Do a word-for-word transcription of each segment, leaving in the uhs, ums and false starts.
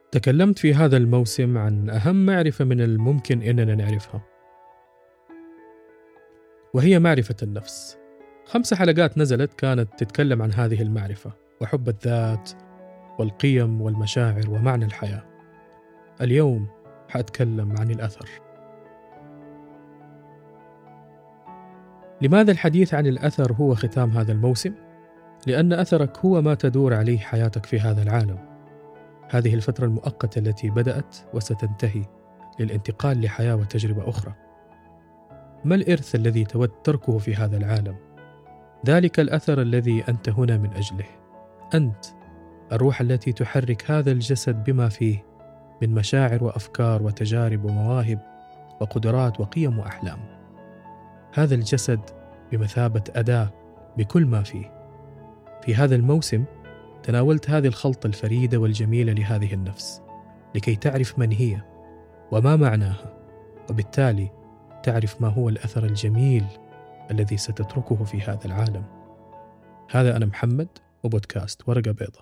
تكلمت في هذا الموسم عن أهم معرفة من الممكن أننا نعرفها، وهي معرفة النفس. خمس حلقات نزلت كانت تتكلم عن هذه المعرفة وحب الذات والقيم والمشاعر ومعنى الحياة. اليوم حأتكلم عن الأثر. لماذا الحديث عن الأثر هو ختام هذا الموسم؟ لأن أثرك هو ما تدور عليه حياتك في هذا العالم. هذه الفترة المؤقتة التي بدأت وستنتهي للانتقال لحياة وتجربة أخرى. ما الإرث الذي تود تركه في هذا العالم؟ ذلك الأثر الذي أنت هنا من أجله. أنت الروح التي تحرك هذا الجسد بما فيه من مشاعر وأفكار وتجارب ومواهب وقدرات وقيم وأحلام. هذا الجسد بمثابة أداة بكل ما فيه. في هذا الموسم تناولت هذه الخلطة الفريدة والجميلة لهذه النفس لكي تعرف من هي وما معناها، وبالتالي تعرف ما هو الأثر الجميل الذي ستتركه في هذا العالم. هذا أنا محمد وبودكاست ورقة بيضاء.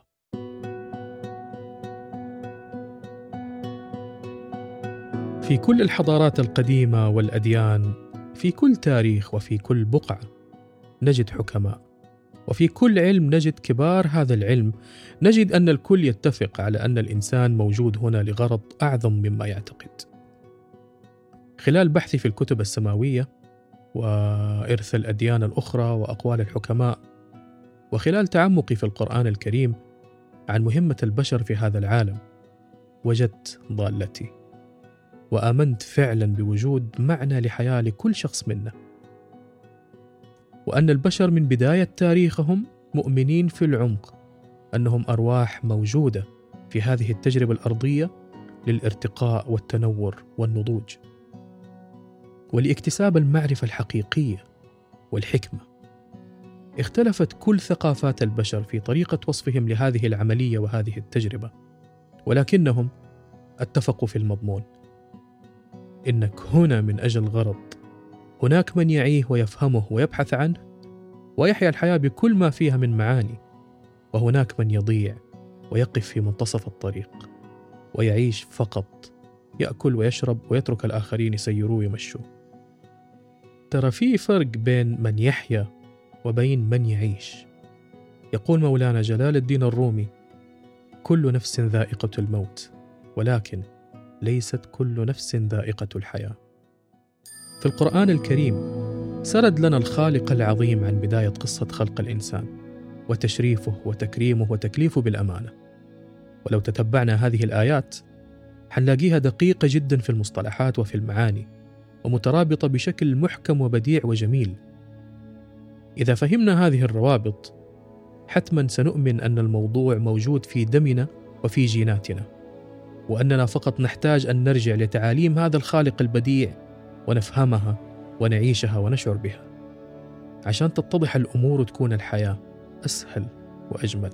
في كل الحضارات القديمة والأديان، في كل تاريخ وفي كل بقعة نجد حكماء، وفي كل علم نجد كبار هذا العلم. نجد أن الكل يتفق على أن الإنسان موجود هنا لغرض أعظم مما يعتقد. خلال بحثي في الكتب السماوية وإرث الأديان الأخرى وأقوال الحكماء، وخلال تعمقي في القرآن الكريم عن مهمة البشر في هذا العالم، وجدت ضالتي وآمنت فعلا بوجود معنى لحياة لكل شخص منا، وأن البشر من بداية تاريخهم مؤمنين في العمق أنهم أرواح موجودة في هذه التجربة الأرضية للارتقاء والتنور والنضوج ولاكتساب المعرفة الحقيقية والحكمة. اختلفت كل ثقافات البشر في طريقة وصفهم لهذه العملية وهذه التجربة، ولكنهم اتفقوا في المضمون: إنك هنا من أجل غرض. هناك من يعيه ويفهمه ويبحث عنه ويحيا الحياة بكل ما فيها من معاني، وهناك من يضيع ويقف في منتصف الطريق ويعيش فقط، يأكل ويشرب ويترك الآخرين يسيروه ويمشوه. ترى في فرق بين من يحيا وبين من يعيش. يقول مولانا جلال الدين الرومي: كل نفس ذائقة الموت، ولكن ليست كل نفس ذائقة الحياة. في القرآن الكريم سرد لنا الخالق العظيم عن بداية قصة خلق الإنسان وتشريفه وتكريمه وتكليفه بالأمانة. ولو تتبعنا هذه الآيات حنلاقيها دقيقة جدا في المصطلحات وفي المعاني، ومترابطة بشكل محكم وبديع وجميل. إذا فهمنا هذه الروابط حتما سنؤمن أن الموضوع موجود في دمنا وفي جيناتنا، وأننا فقط نحتاج أن نرجع لتعاليم هذا الخالق البديع ونفهمها ونعيشها ونشعر بها عشان تتضح الأمور وتكون الحياة أسهل وأجمل.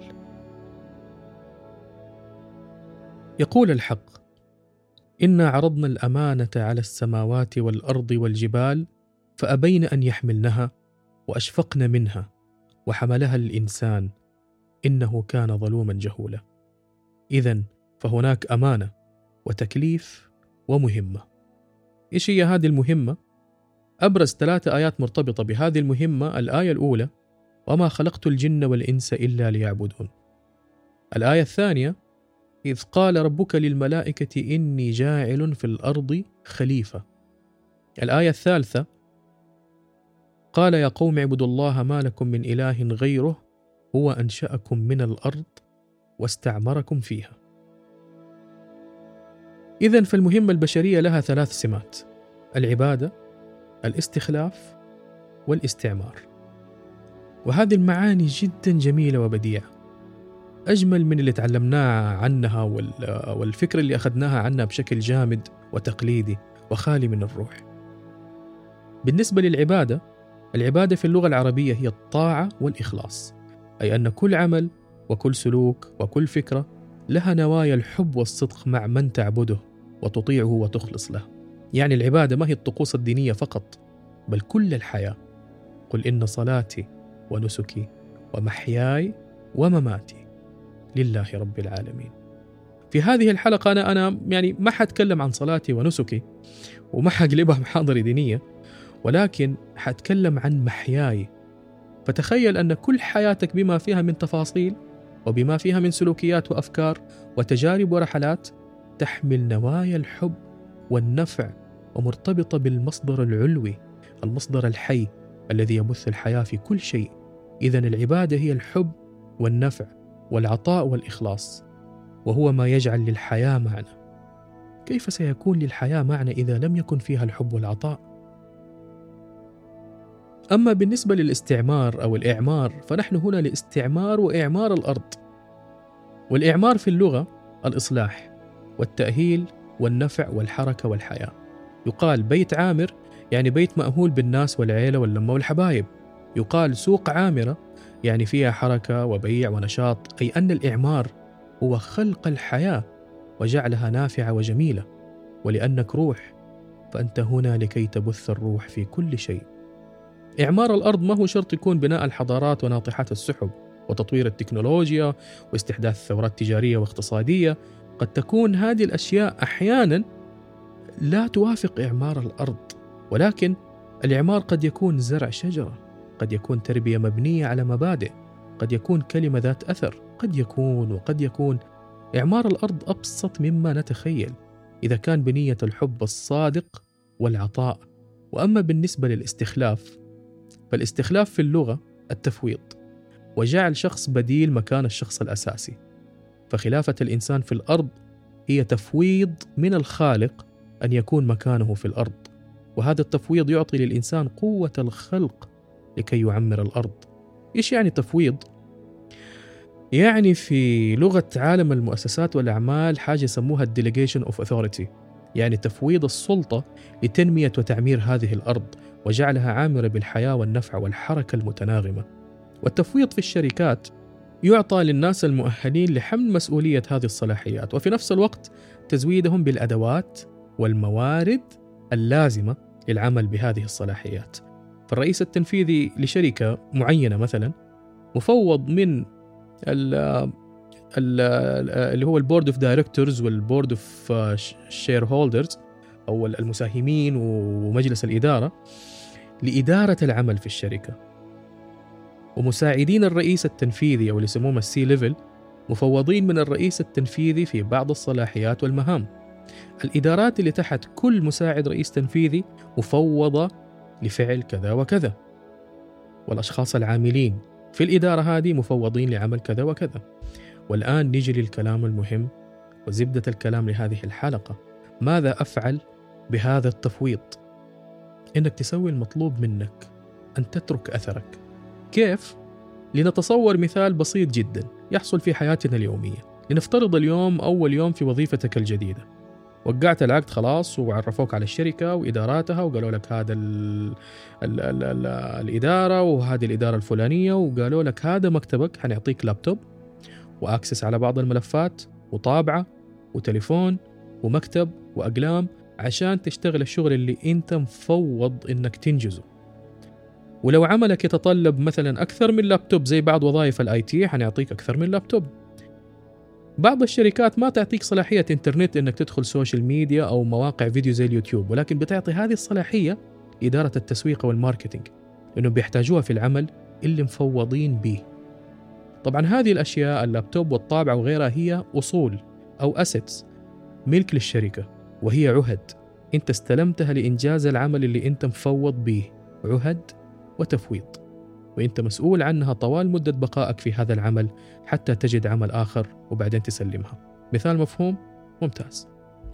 يقول الحق: إنا عرضنا الأمانة على السماوات والأرض والجبال فأبين أن يحملنها وأشفقن منها وحملها الإنسان إنه كان ظلوما جهولا. إذن فهناك أمانة وتكليف ومهمة. إيش هي هذه المهمة؟ أبرز ثلاثة آيات مرتبطة بهذه المهمة. الآية الأولى: وما خلقت الجن والإنس إلا ليعبدون. الآية الثانية: إذ قال ربك للملائكة إني جاعل في الأرض خليفة. الآية الثالثة: قال يا قوم اعبدوا الله ما لكم من إله غيره هو أنشأكم من الأرض واستعمركم فيها. إذن فالمهمة البشرية لها ثلاث سمات: العبادة، الاستخلاف، والاستعمار. وهذه المعاني جدا جميلة وبديعة، أجمل من اللي تعلمناها عنها والفكرة اللي أخذناها عنها بشكل جامد وتقليدي وخالي من الروح. بالنسبة للعبادة، العبادة في اللغة العربية هي الطاعة والإخلاص، أي أن كل عمل وكل سلوك وكل فكرة لها نوايا الحب والصدق مع من تعبده وتطيعه وتخلص له. يعني العبادة ما هي الطقوس الدينية فقط، بل كل الحياة. قل إن صلاتي ونسكي ومحياي ومماتي لله رب العالمين. في هذه الحلقة أنا أنا يعني ما حتكلم عن صلاتي ونسكي وما حقلبها محاضرة دينية، ولكن حتكلم عن محياي. فتخيل أن كل حياتك بما فيها من تفاصيل وبما فيها من سلوكيات وأفكار وتجارب ورحلات تحمل نوايا الحب والنفع ومرتبطة بالمصدر العلوي، المصدر الحي الذي يبث الحياة في كل شيء. إذن العبادة هي الحب والنفع والعطاء والإخلاص، وهو ما يجعل للحياة معنى. كيف سيكون للحياة معنى إذا لم يكن فيها الحب والعطاء؟ أما بالنسبة للاستعمار أو الإعمار، فنحن هنا لاستعمار وإعمار الأرض. والإعمار في اللغة الإصلاح والتأهيل والنفع والحركة والحياة. يقال بيت عامر يعني بيت مأهول بالناس والعيلة واللمة والحبايب. يقال سوق عامرة يعني فيها حركة وبيع ونشاط، أي أن الإعمار هو خلق الحياة وجعلها نافعة وجميلة. ولأنك روح فأنت هنا لكي تبث الروح في كل شيء. إعمار الأرض ما هو شرط يكون بناء الحضارات وناطحات السحب وتطوير التكنولوجيا واستحداث ثورات تجارية واقتصادية. قد تكون هذه الأشياء أحيانا لا توافق إعمار الأرض، ولكن الإعمار قد يكون زرع شجرة، قد يكون تربية مبنية على مبادئ، قد يكون كلمة ذات أثر، قد يكون وقد يكون. إعمار الأرض أبسط مما نتخيل إذا كان بنية الحب الصادق والعطاء. وأما بالنسبة للاستخلاف، فالاستخلاف في اللغة التفويض وجعل شخص بديل مكان الشخص الأساسي. فخلافة الإنسان في الأرض هي تفويض من الخالق أن يكون مكانه في الأرض، وهذا التفويض يعطي للإنسان قوة الخلق لكي يعمر الأرض. إيش يعني تفويض؟ يعني في لغة عالم المؤسسات والأعمال حاجة يسموها Delegation of Authority، يعني تفويض السلطة لتنمية وتعمير هذه الأرض وجعلها عامرة بالحياة والنفع والحركة المتناغمة. والتفويض في الشركات يعطى للناس المؤهلين لحمل مسؤولية هذه الصلاحيات، وفي نفس الوقت تزويدهم بالأدوات والموارد اللازمة للعمل بهذه الصلاحيات. فالرئيس التنفيذي لشركة معينة مثلا مفوض من اللي هو البورد اوف دايركتورز والبورد اوف شير هولدرز أو المساهمين ومجلس الإدارة لإدارة العمل في الشركة. ومساعدين الرئيس التنفيذي أو اللي يسموهم السي ليفل مفوضين من الرئيس التنفيذي في بعض الصلاحيات والمهام. الإدارات اللي تحت كل مساعد رئيس تنفيذي مفوضة لفعل كذا وكذا، والأشخاص العاملين في الإدارة هذه مفوضين لعمل كذا وكذا. والآن نيجي للكلام المهم وزبدة الكلام لهذه الحلقة. ماذا أفعل بهذا التفويض؟ إنك تسوي المطلوب منك، أن تترك أثرك. كيف؟ لنتصور مثال بسيط جدا يحصل في حياتنا اليومية. لنفترض اليوم أول يوم في وظيفتك الجديدة، وقعت العقد خلاص وعرفوك على الشركة وإداراتها وقالوا لك هذا ال ال ال ال الإدارة وهذه الإدارة الفلانية، وقالوا لك هذا مكتبك، حنعطيك لابتوب وأكسس على بعض الملفات وطابعة وتليفون ومكتب وأقلام عشان تشتغل الشغل اللي أنت مفوض إنك تنجزه. ولو عملك يتطلب مثلا أكثر من لابتوب زي بعض وظائف الآي تي حنعطيك أكثر من لابتوب. بعض الشركات ما تعطيك صلاحية إنترنت إنك تدخل سوشيال ميديا أو مواقع فيديو زي اليوتيوب، ولكن بتعطي هذه الصلاحية إدارة التسويق والماركتينج لأنه بيحتاجوها في العمل اللي مفوضين به. طبعا هذه الأشياء اللابتوب والطابعة وغيرها هي أصول أو أسيتس ملك للشركة، وهي عهد أنت استلمتها لإنجاز العمل اللي أنت مفوض به، عهد وتفويض، وأنت مسؤول عنها طوال مدة بقائك في هذا العمل حتى تجد عمل آخر وبعدين تسلمها. مثال مفهوم؟ ممتاز.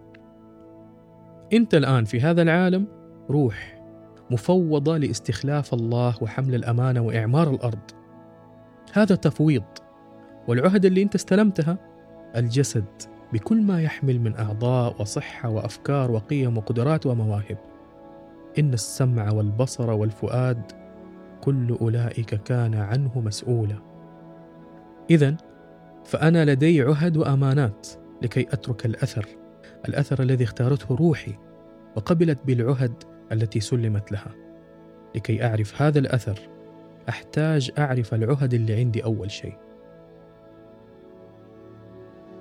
أنت الآن في هذا العالم روح مفوضة لاستخلاف الله وحمل الأمانة وإعمار الأرض، هذا تفويض. والعهد اللي أنت استلمتها الجسد بكل ما يحمل من أعضاء وصحة وأفكار وقيم وقدرات ومواهب. إن السمع والبصر والفؤاد كل أولئك كان عنه مسؤولا. إذن فأنا لدي عهد وأمانات لكي أترك الأثر، الأثر الذي اختارته روحي وقبلت بالعهد التي سلمت لها. لكي أعرف هذا الأثر أحتاج أعرف العهد اللي عندي أول شيء.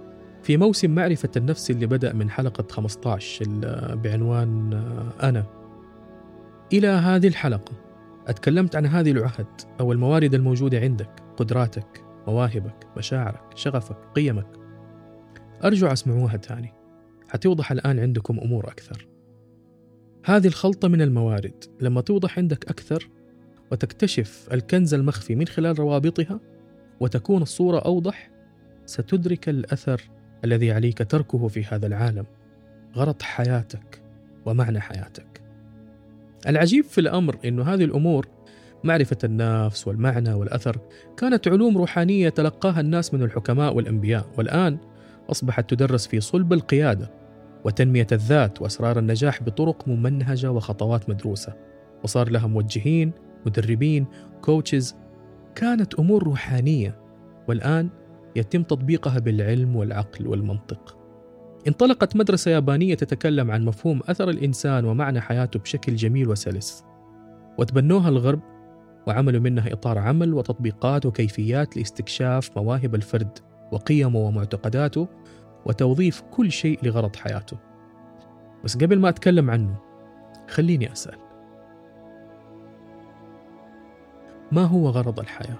في موسم معرفة النفس اللي بدأ من حلقة خمسة عشر بعنوان أنا إلى هذه الحلقة، أتكلمت عن هذه العهد أو الموارد الموجودة عندك، قدراتك، مواهبك، مشاعرك، شغفك، قيمك. أرجو أسمعوها تاني، حتوضح الآن عندكم أمور أكثر. هذه الخلطة من الموارد لما توضح عندك أكثر وتكتشف الكنز المخفي من خلال روابطها وتكون الصورة أوضح، ستدرك الأثر الذي عليك تركه في هذا العالم، غرض حياتك ومعنى حياتك. العجيب في الأمر إنه هذه الأمور، معرفة النفس والمعنى والأثر، كانت علوم روحانية تلقاها الناس من الحكماء والأنبياء، والآن أصبحت تدرس في صلب القيادة وتنمية الذات وأسرار النجاح بطرق ممنهجة وخطوات مدروسة، وصار لها موجهين، مدربين، كوتشز. كانت أمور روحانية، والآن يتم تطبيقها بالعلم والعقل والمنطق. انطلقت مدرسة يابانية تتكلم عن مفهوم أثر الإنسان ومعنى حياته بشكل جميل وسلس، وتبنوها الغرب وعملوا منها إطار عمل وتطبيقات وكيفيات لاستكشاف مواهب الفرد وقيمه ومعتقداته وتوظيف كل شيء لغرض حياته. بس قبل ما أتكلم عنه خليني أسأل، ما هو غرض الحياة؟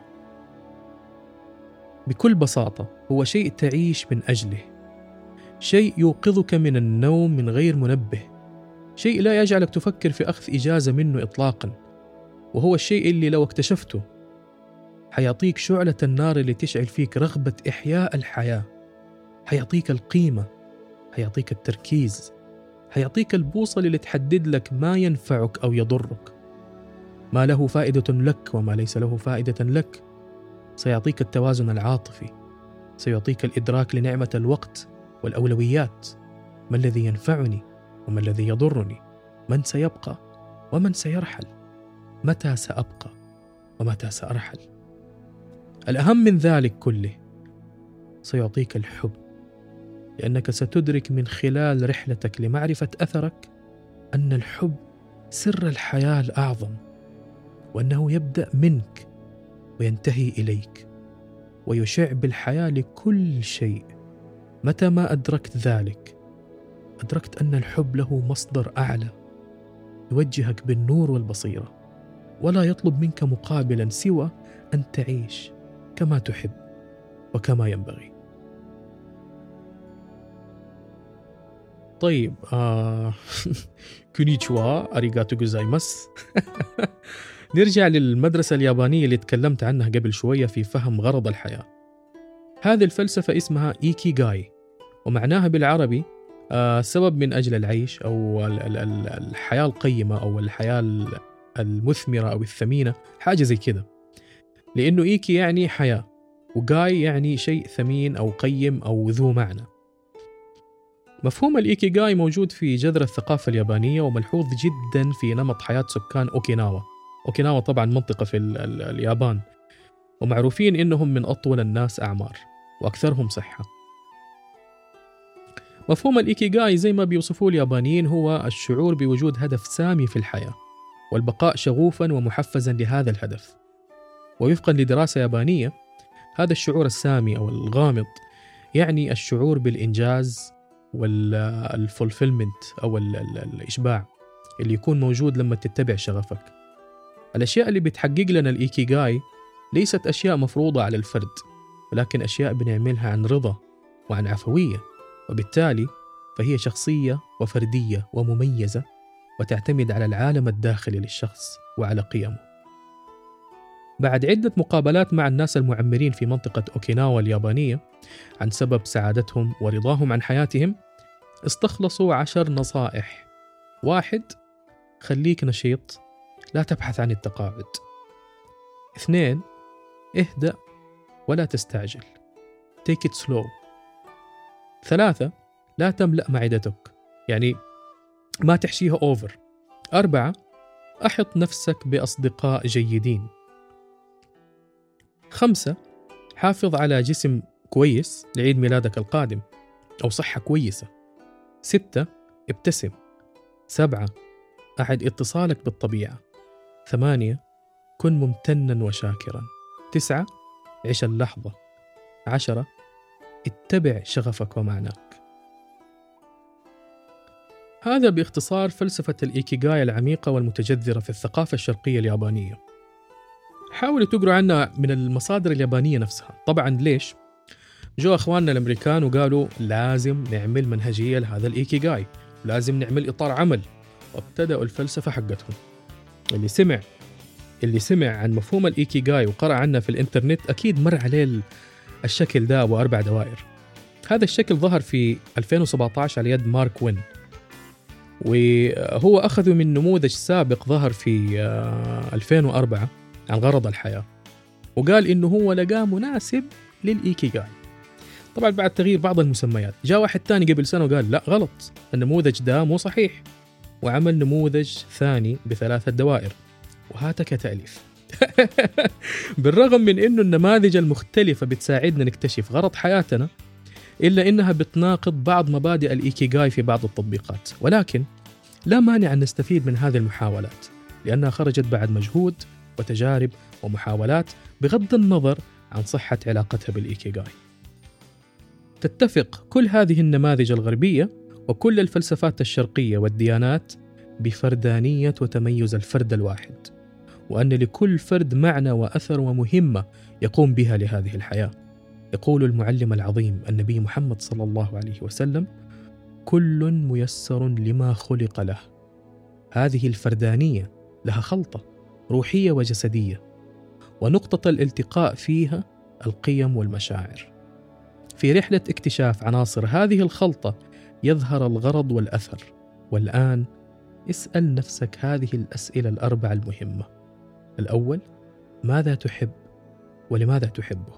بكل بساطة هو شيء تعيش من أجله، شيء يوقظك من النوم من غير منبه، شيء لا يجعلك تفكر في أخذ إجازة منه إطلاقا، وهو الشيء اللي لو اكتشفته حيعطيك شعلة النار اللي تشعل فيك رغبة إحياء الحياة، حيعطيك القيمة، حيعطيك التركيز، حيعطيك البوصلة اللي تحدد لك ما ينفعك أو يضرك، ما له فائدة لك وما ليس له فائدة لك. سيعطيك التوازن العاطفي، سيعطيك الإدراك لنعمة الوقت والأولويات، ما الذي ينفعني وما الذي يضرني، من سيبقى ومن سيرحل، متى سأبقى ومتى سأرحل. الأهم من ذلك كله سيعطيك الحب، لأنك ستدرك من خلال رحلتك لمعرفة أثرك أن الحب سر الحياة الأعظم، وأنه يبدأ منك وينتهي إليك ويشع بالحياة لكل شيء. متى ما أدركت ذلك، أدركت أن الحب له مصدر أعلى يوجهك بالنور والبصيرة، ولا يطلب منك مقابلا سوى أن تعيش كما تحب وكما ينبغي. طيب آه... كونيتشوا أريغاتو جوزايماس. نرجع للمدرسة اليابانية اللي تكلمت عنها قبل شوية في فهم غرض الحياة. هذه الفلسفة اسمها إيكيغاي، ومعناها بالعربي آه سبب من أجل العيش، أو الحياة القيمة، أو الحياة المثمرة أو الثمينة، حاجة زي كده. لأنه إيكي يعني حياة، وغاي يعني شيء ثمين أو قيم أو ذو معنى. مفهوم الإيكيغاي موجود في جذر الثقافة اليابانية، وملحوظ جدا في نمط حياة سكان أوكيناوا. أوكيناوا طبعا منطقة في ال ال اليابان، ومعروفين إنهم من أطول الناس أعمار وأكثرهم صحة. مفهوم الإيكيغاي زي ما بيوصفوه اليابانيين هو الشعور بوجود هدف سامي في الحياة، والبقاء شغوفا ومحفزا لهذا الهدف. ووفقا لدراسة يابانية، هذا الشعور السامي أو الغامض يعني الشعور بالإنجاز والفولفيلمنت أو ال ال الإشباع اللي يكون موجود لما تتبع شغفك. الأشياء اللي بتحقق لنا الإيكيغاي ليست أشياء مفروضة على الفرد، ولكن أشياء بنعملها عن رضا وعن عفوية، وبالتالي فهي شخصية وفردية ومميزة، وتعتمد على العالم الداخلي للشخص وعلى قيمه. بعد عدة مقابلات مع الناس المعمرين في منطقة أوكيناوا اليابانية عن سبب سعادتهم ورضاهم عن حياتهم، استخلصوا عشر نصائح. واحد، خليك نشيط، لا تبحث عن التقاعد. اثنين، اهدأ ولا تستعجل، take it slow. ثلاثة، لا تملأ معدتك، يعني ما تحشيها أوفر. أربعة، أحط نفسك بأصدقاء جيدين. خمسة، حافظ على جسم كويس لعيد ميلادك القادم أو صحة كويسة. ستة، ابتسم. سبعة، أعد اتصالك بالطبيعة. ثمانية، كن ممتنا وشاكرا. تسعة، عش اللحظة. عشرة، اتبع شغفك ومعناك. هذا باختصار فلسفة الإيكيغاي العميقة والمتجذرة في الثقافة الشرقية اليابانية. حاولوا تقروا عنها من المصادر اليابانية نفسها. طبعا ليش؟ جو أخواننا الأمريكان وقالوا لازم نعمل منهجية لهذا الإيكيغاي، لازم نعمل إطار عمل، وابتدأوا الفلسفة حقتهم. اللي سمع اللي سمع عن مفهوم الإيكيغاي وقرأ عنه في الإنترنت أكيد مر عليه الشكل ده أبو أربع دوائر. هذا الشكل ظهر في ألفين وسبعة عشر على يد مارك وين، وهو أخذه من نموذج سابق ظهر في ألفين وأربعة عن غرض الحياة، وقال إنه هو لقاه مناسب للإيكيغاي. طبعا بعد تغيير بعض المسميات جاء واحد تاني قبل سنة وقال لا غلط، النموذج ده مو صحيح، وعمل نموذج ثاني بثلاثة دوائر وهاتك كتأليف. بالرغم من إنه النماذج المختلفة بتساعدنا نكتشف غرض حياتنا، إلا إنها بتناقض بعض مبادئ الإيكيغاي في بعض التطبيقات، ولكن لا مانع أن نستفيد من هذه المحاولات لأنها خرجت بعد مجهود وتجارب ومحاولات بغض النظر عن صحة علاقتها بالإيكيغاي. تتفق كل هذه النماذج الغربية وكل الفلسفات الشرقية والديانات بفردانية وتميز الفرد الواحد، وأن لكل فرد معنى وأثر ومهمة يقوم بها لهذه الحياة. يقول المعلم العظيم النبي محمد صلى الله عليه وسلم: كل ميسر لما خلق له. هذه الفردانية لها خلطة روحية وجسدية، ونقطة الالتقاء فيها القيم والمشاعر. في رحلة اكتشاف عناصر هذه الخلطة يظهر الغرض والأثر. والآن اسأل نفسك هذه الأسئلة الأربعة المهمة. الأول: ماذا تحب ولماذا تحبه؟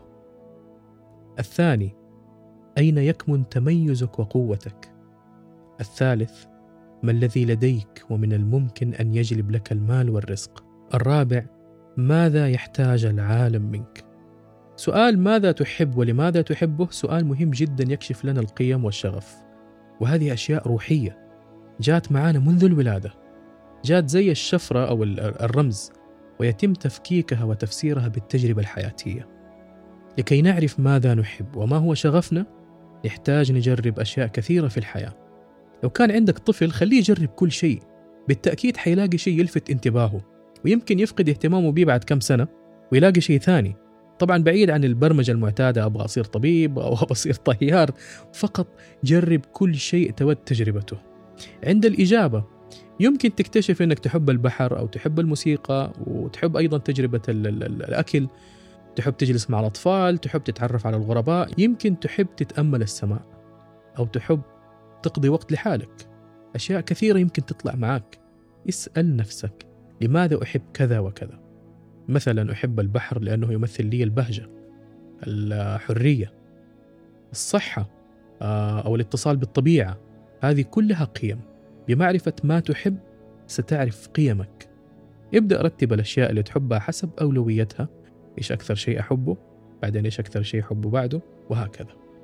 الثاني: أين يكمن تميزك وقوتك؟ الثالث: ما الذي لديك ومن الممكن أن يجلب لك المال والرزق؟ الرابع: ماذا يحتاج العالم منك؟ سؤال ماذا تحب ولماذا تحبه سؤال مهم جدا يكشف لنا القيم والشغف، وهذه أشياء روحية جات معانا منذ الولادة، جات زي الشفرة أو الرمز، ويتم تفكيكها وتفسيرها بالتجربة الحياتية. لكي نعرف ماذا نحب وما هو شغفنا نحتاج نجرب أشياء كثيرة في الحياة. لو كان عندك طفل خليه يجرب كل شيء، بالتأكيد حيلاقي شيء يلفت انتباهه، ويمكن يفقد اهتمامه به بعد كم سنة ويلاقي شيء ثاني. طبعا بعيد عن البرمجة المعتادة أبغى أصير طبيب أو أبغى أصير طيار، فقط جرب كل شيء تود تجربته. عند الإجابة يمكن تكتشف أنك تحب البحر أو تحب الموسيقى وتحب أيضا تجربة الأكل، تحب تجلس مع الأطفال، تحب تتعرف على الغرباء، يمكن تحب تتأمل السماء أو تحب تقضي وقت لحالك. أشياء كثيرة يمكن تطلع معك. اسأل نفسك لماذا أحب كذا وكذا. مثلا أحب البحر لأنه يمثل لي البهجة، الحرية، الصحة أو الاتصال بالطبيعة. هذه كلها قيم. بمعرفة ما تحب ستعرف قيمك. ابدأ رتب الأشياء اللي تحبها حسب أولويتها. إيش أكثر شيء أحبه، بعدين إيش أكثر شيء أحبه بعده، وهكذا.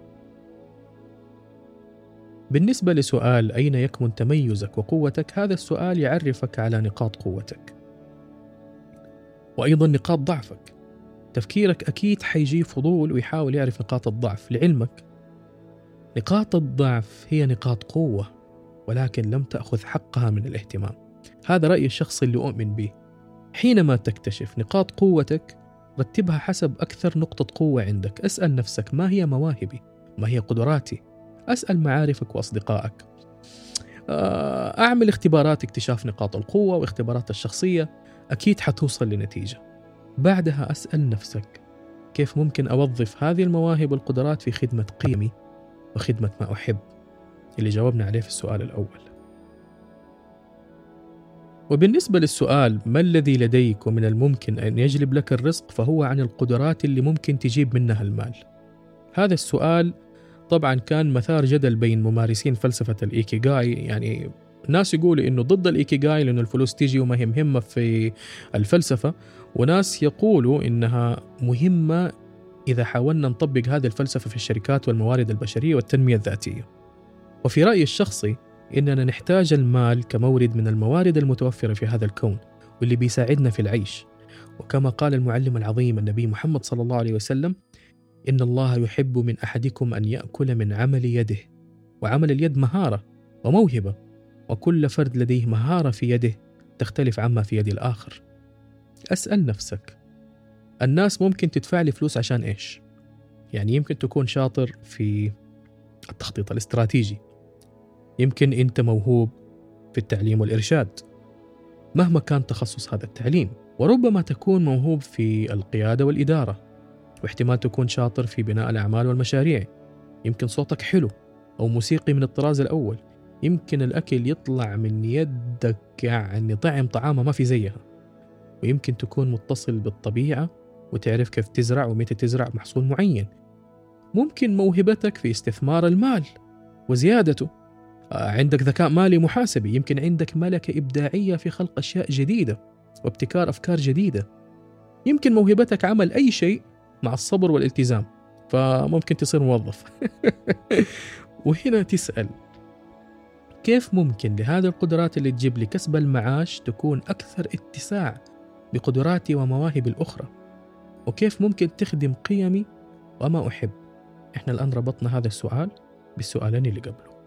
بالنسبة لسؤال أين يكمن تميزك وقوتك، هذا السؤال يعرفك على نقاط قوتك وأيضا نقاط ضعفك. تفكيرك أكيد حيجي فضول ويحاول يعرف نقاط الضعف. لعلمك نقاط الضعف هي نقاط قوة، ولكن لم تأخذ حقها من الاهتمام. هذا رأيي الشخصي اللي أؤمن به. حينما تكتشف نقاط قوتك رتبها حسب أكثر نقطة قوة عندك. أسأل نفسك ما هي مواهبي، ما هي قدراتي. أسأل معارفك وأصدقائك. أعمل اختبارات اكتشاف نقاط القوة واختبارات الشخصية، أكيد حتوصل لنتيجة. بعدها أسأل نفسك كيف ممكن أوظف هذه المواهب والقدرات في خدمة قيمي وخدمة ما أحب، اللي جاوبنا عليه في السؤال الأول. وبالنسبة للسؤال ما الذي لديك ومن الممكن أن يجلب لك الرزق، فهو عن القدرات اللي ممكن تجيب منها المال. هذا السؤال طبعا كان مثار جدل بين ممارسين فلسفة الإيكيغاي. يعني ناس يقولوا إنه ضد الإيكيغاي لأنه الفلوس تيجي وما هي مهمة في الفلسفة، وناس يقولوا إنها مهمة إذا حاولنا نطبق هذه الفلسفة في الشركات والموارد البشرية والتنمية الذاتية. وفي رأيي الشخصي إننا نحتاج المال كمورد من الموارد المتوفرة في هذا الكون واللي بيساعدنا في العيش. وكما قال المعلم العظيم النبي محمد صلى الله عليه وسلم: إن الله يحب من أحدكم أن يأكل من عمل يده، وعمل اليد مهارة وموهبة، وكل فرد لديه مهارة في يده تختلف عما في يد الآخر. أسأل نفسك، الناس ممكن تدفع لي فلوس عشان إيش؟ يعني يمكن تكون شاطر في التخطيط الاستراتيجي، يمكن أنت موهوب في التعليم والإرشاد مهما كان تخصص هذا التعليم، وربما تكون موهوب في القيادة والإدارة، واحتمال تكون شاطر في بناء الأعمال والمشاريع، يمكن صوتك حلو أو موسيقي من الطراز الأول، يمكن الأكل يطلع من يدك يعني طعم طعامة ما في زيها، ويمكن تكون متصل بالطبيعة وتعرف كيف تزرع ومتى تزرع محصول معين. ممكن موهبتك في استثمار المال وزيادته، عندك ذكاء مالي محاسبي، يمكن عندك ملكة إبداعية في خلق أشياء جديدة وابتكار أفكار جديدة، يمكن موهبتك عمل أي شيء مع الصبر والالتزام، فممكن تصير موظف. وهنا تسأل، كيف ممكن لهذه القدرات اللي تجيب لي كسب المعاش تكون أكثر اتساع بقدراتي ومواهبي الأخرى؟ وكيف ممكن تخدم قيمي وما أحب؟ إحنا الآن ربطنا هذا السؤال بالسؤالين اللي قبله.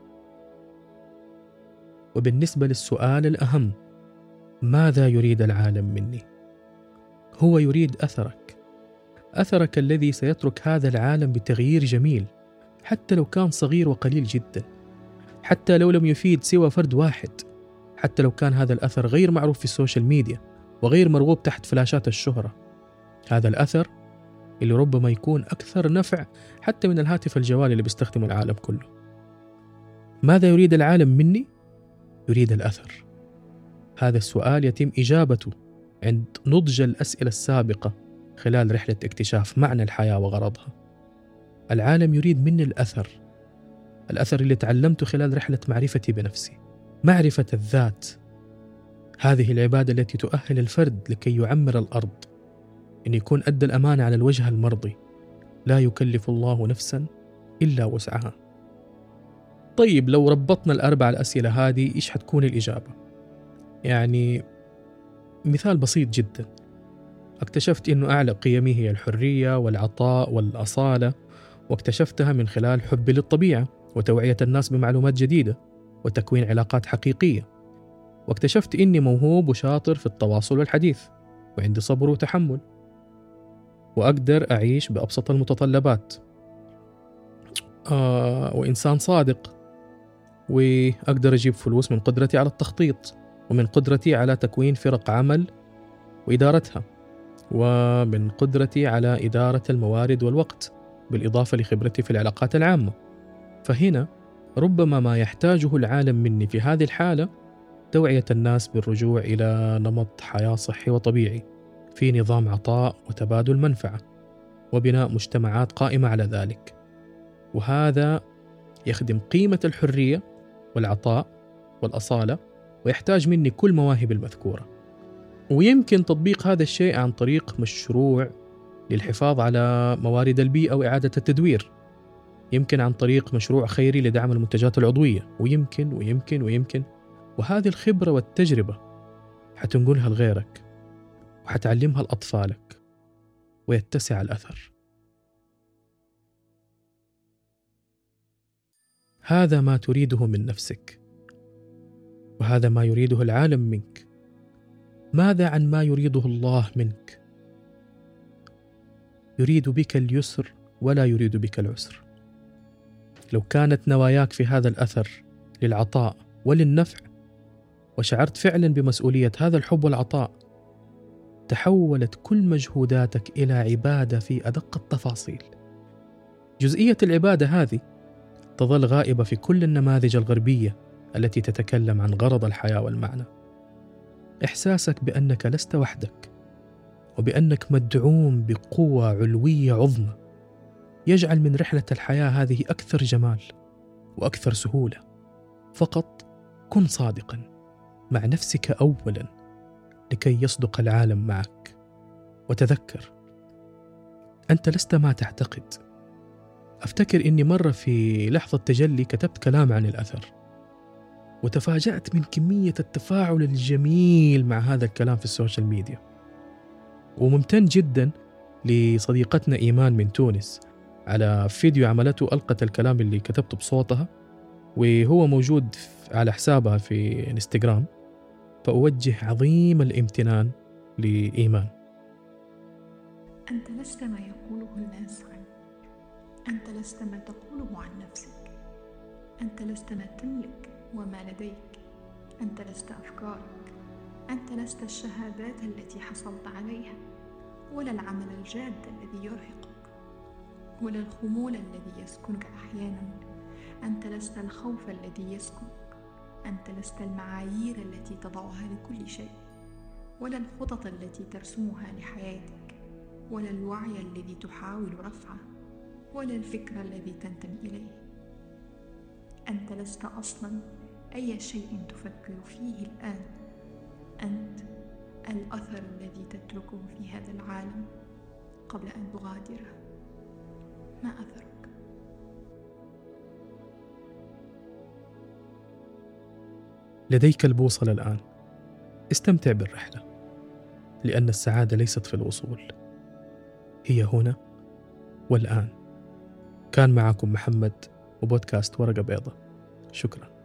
وبالنسبة للسؤال الأهم، ماذا يريد العالم مني؟ هو يريد أثرك، أثرك الذي سيترك هذا العالم بتغيير جميل، حتى لو كان صغير وقليل جدا، حتى لو لم يفيد سوى فرد واحد، حتى لو كان هذا الأثر غير معروف في السوشيال ميديا وغير مرغوب تحت فلاشات الشهرة. هذا الأثر اللي ربما يكون أكثر نفع حتى من الهاتف الجوالي اللي بيستخدمه العالم كله. ماذا يريد العالم مني؟ يريد الأثر. هذا السؤال يتم إجابته عند نضج الأسئلة السابقة خلال رحلة اكتشاف معنى الحياة وغرضها. العالم يريد مني الأثر، الأثر اللي تعلمته خلال رحلة معرفتي بنفسي، معرفة الذات. هذه العبادة التي تؤهل الفرد لكي يعمر الأرض، إن يكون أدى الأمانة على الوجه المرضي، لا يكلف الله نفسا إلا وسعها. طيب لو ربطنا الأربع الأسئلة هذه إيش حتكون الإجابة؟ يعني مثال بسيط جدا، اكتشفت إنه أعلى قيمي هي الحرية والعطاء والأصالة، واكتشفتها من خلال حبي للطبيعة وتوعية الناس بمعلومات جديدة وتكوين علاقات حقيقية، واكتشفت إني موهوب وشاطر في التواصل والحديث، وعندي صبر وتحمل، وأقدر أعيش بأبسط المتطلبات، آه وإنسان صادق، وأقدر أجيب فلوس من قدرتي على التخطيط، ومن قدرتي على تكوين فرق عمل وإدارتها، ومن قدرتي على إدارة الموارد والوقت، بالإضافة لخبرتي في العلاقات العامة. فهنا ربما ما يحتاجه العالم مني في هذه الحالة توعية الناس بالرجوع إلى نمط حياة صحي وطبيعي في نظام عطاء وتبادل منفعة، وبناء مجتمعات قائمة على ذلك، وهذا يخدم قيمة الحرية والعطاء والأصالة، ويحتاج مني كل مواهب المذكورة. ويمكن تطبيق هذا الشيء عن طريق مشروع للحفاظ على موارد البيئة وإعادة التدوير، يمكن عن طريق مشروع خيري لدعم المنتجات العضوية، ويمكن ويمكن ويمكن وهذه الخبرة والتجربة حتنقلها لغيرك وحتعلمها لأطفالك، ويتسع الأثر. هذا ما تريده من نفسك، وهذا ما يريده العالم منك. ماذا عن ما يريده الله منك؟ يريد بك اليسر ولا يريد بك العسر. لو كانت نواياك في هذا الأثر للعطاء وللنفع، وشعرت فعلا بمسؤولية هذا الحب والعطاء، تحولت كل مجهوداتك إلى عبادة في أدق التفاصيل. جزئية العبادة هذه تظل غائبة في كل النماذج الغربية التي تتكلم عن غرض الحياة والمعنى. إحساسك بأنك لست وحدك، وبأنك مدعوم بقوة علوية عظمى، يجعل من رحلة الحياة هذه أكثر جمال وأكثر سهولة. فقط كن صادقا مع نفسك أولا لكي يصدق العالم معك. وتذكر، أنت لست ما تعتقد. أفتكر إني مرة في لحظة تجلي كتبت كلام عن الأثر، وتفاجأت من كمية التفاعل الجميل مع هذا الكلام في السوشيال ميديا. وممتن جدا لصديقتنا إيمان من تونس على فيديو عملته، ألقت الكلام اللي كتبته بصوتها وهو موجود على حسابها في انستغرام. فأوجه عظيم الامتنان لإيمان. أنت لست ما يقوله الناس عنك، أنت لست ما تقوله عن نفسك، أنت لست ما تملك وما لديك، أنت لست أفكارك، أنت لست الشهادات التي حصلت عليها، ولا العمل الجاد الذي يرهقك، ولا الخمول الذي يسكنك أحيانا. أنت لست الخوف الذي يسكنك، أنت لست المعايير التي تضعها لكل شيء، ولا الخطط التي ترسمها لحياتك، ولا الوعي الذي تحاول رفعه، ولا الفكر الذي تنتمي إليه. أنت لست أصلا أي شيء تفكر فيه الآن. أنت الأثر الذي تتركه في هذا العالم قبل أن تغادره. ما أثرك؟ لديك البوصلة الآن، استمتع بالرحلة، لأن السعادة ليست في الوصول، هي هنا والآن. كان معكم محمد وبودكاست ورقة بيضة. شكرا.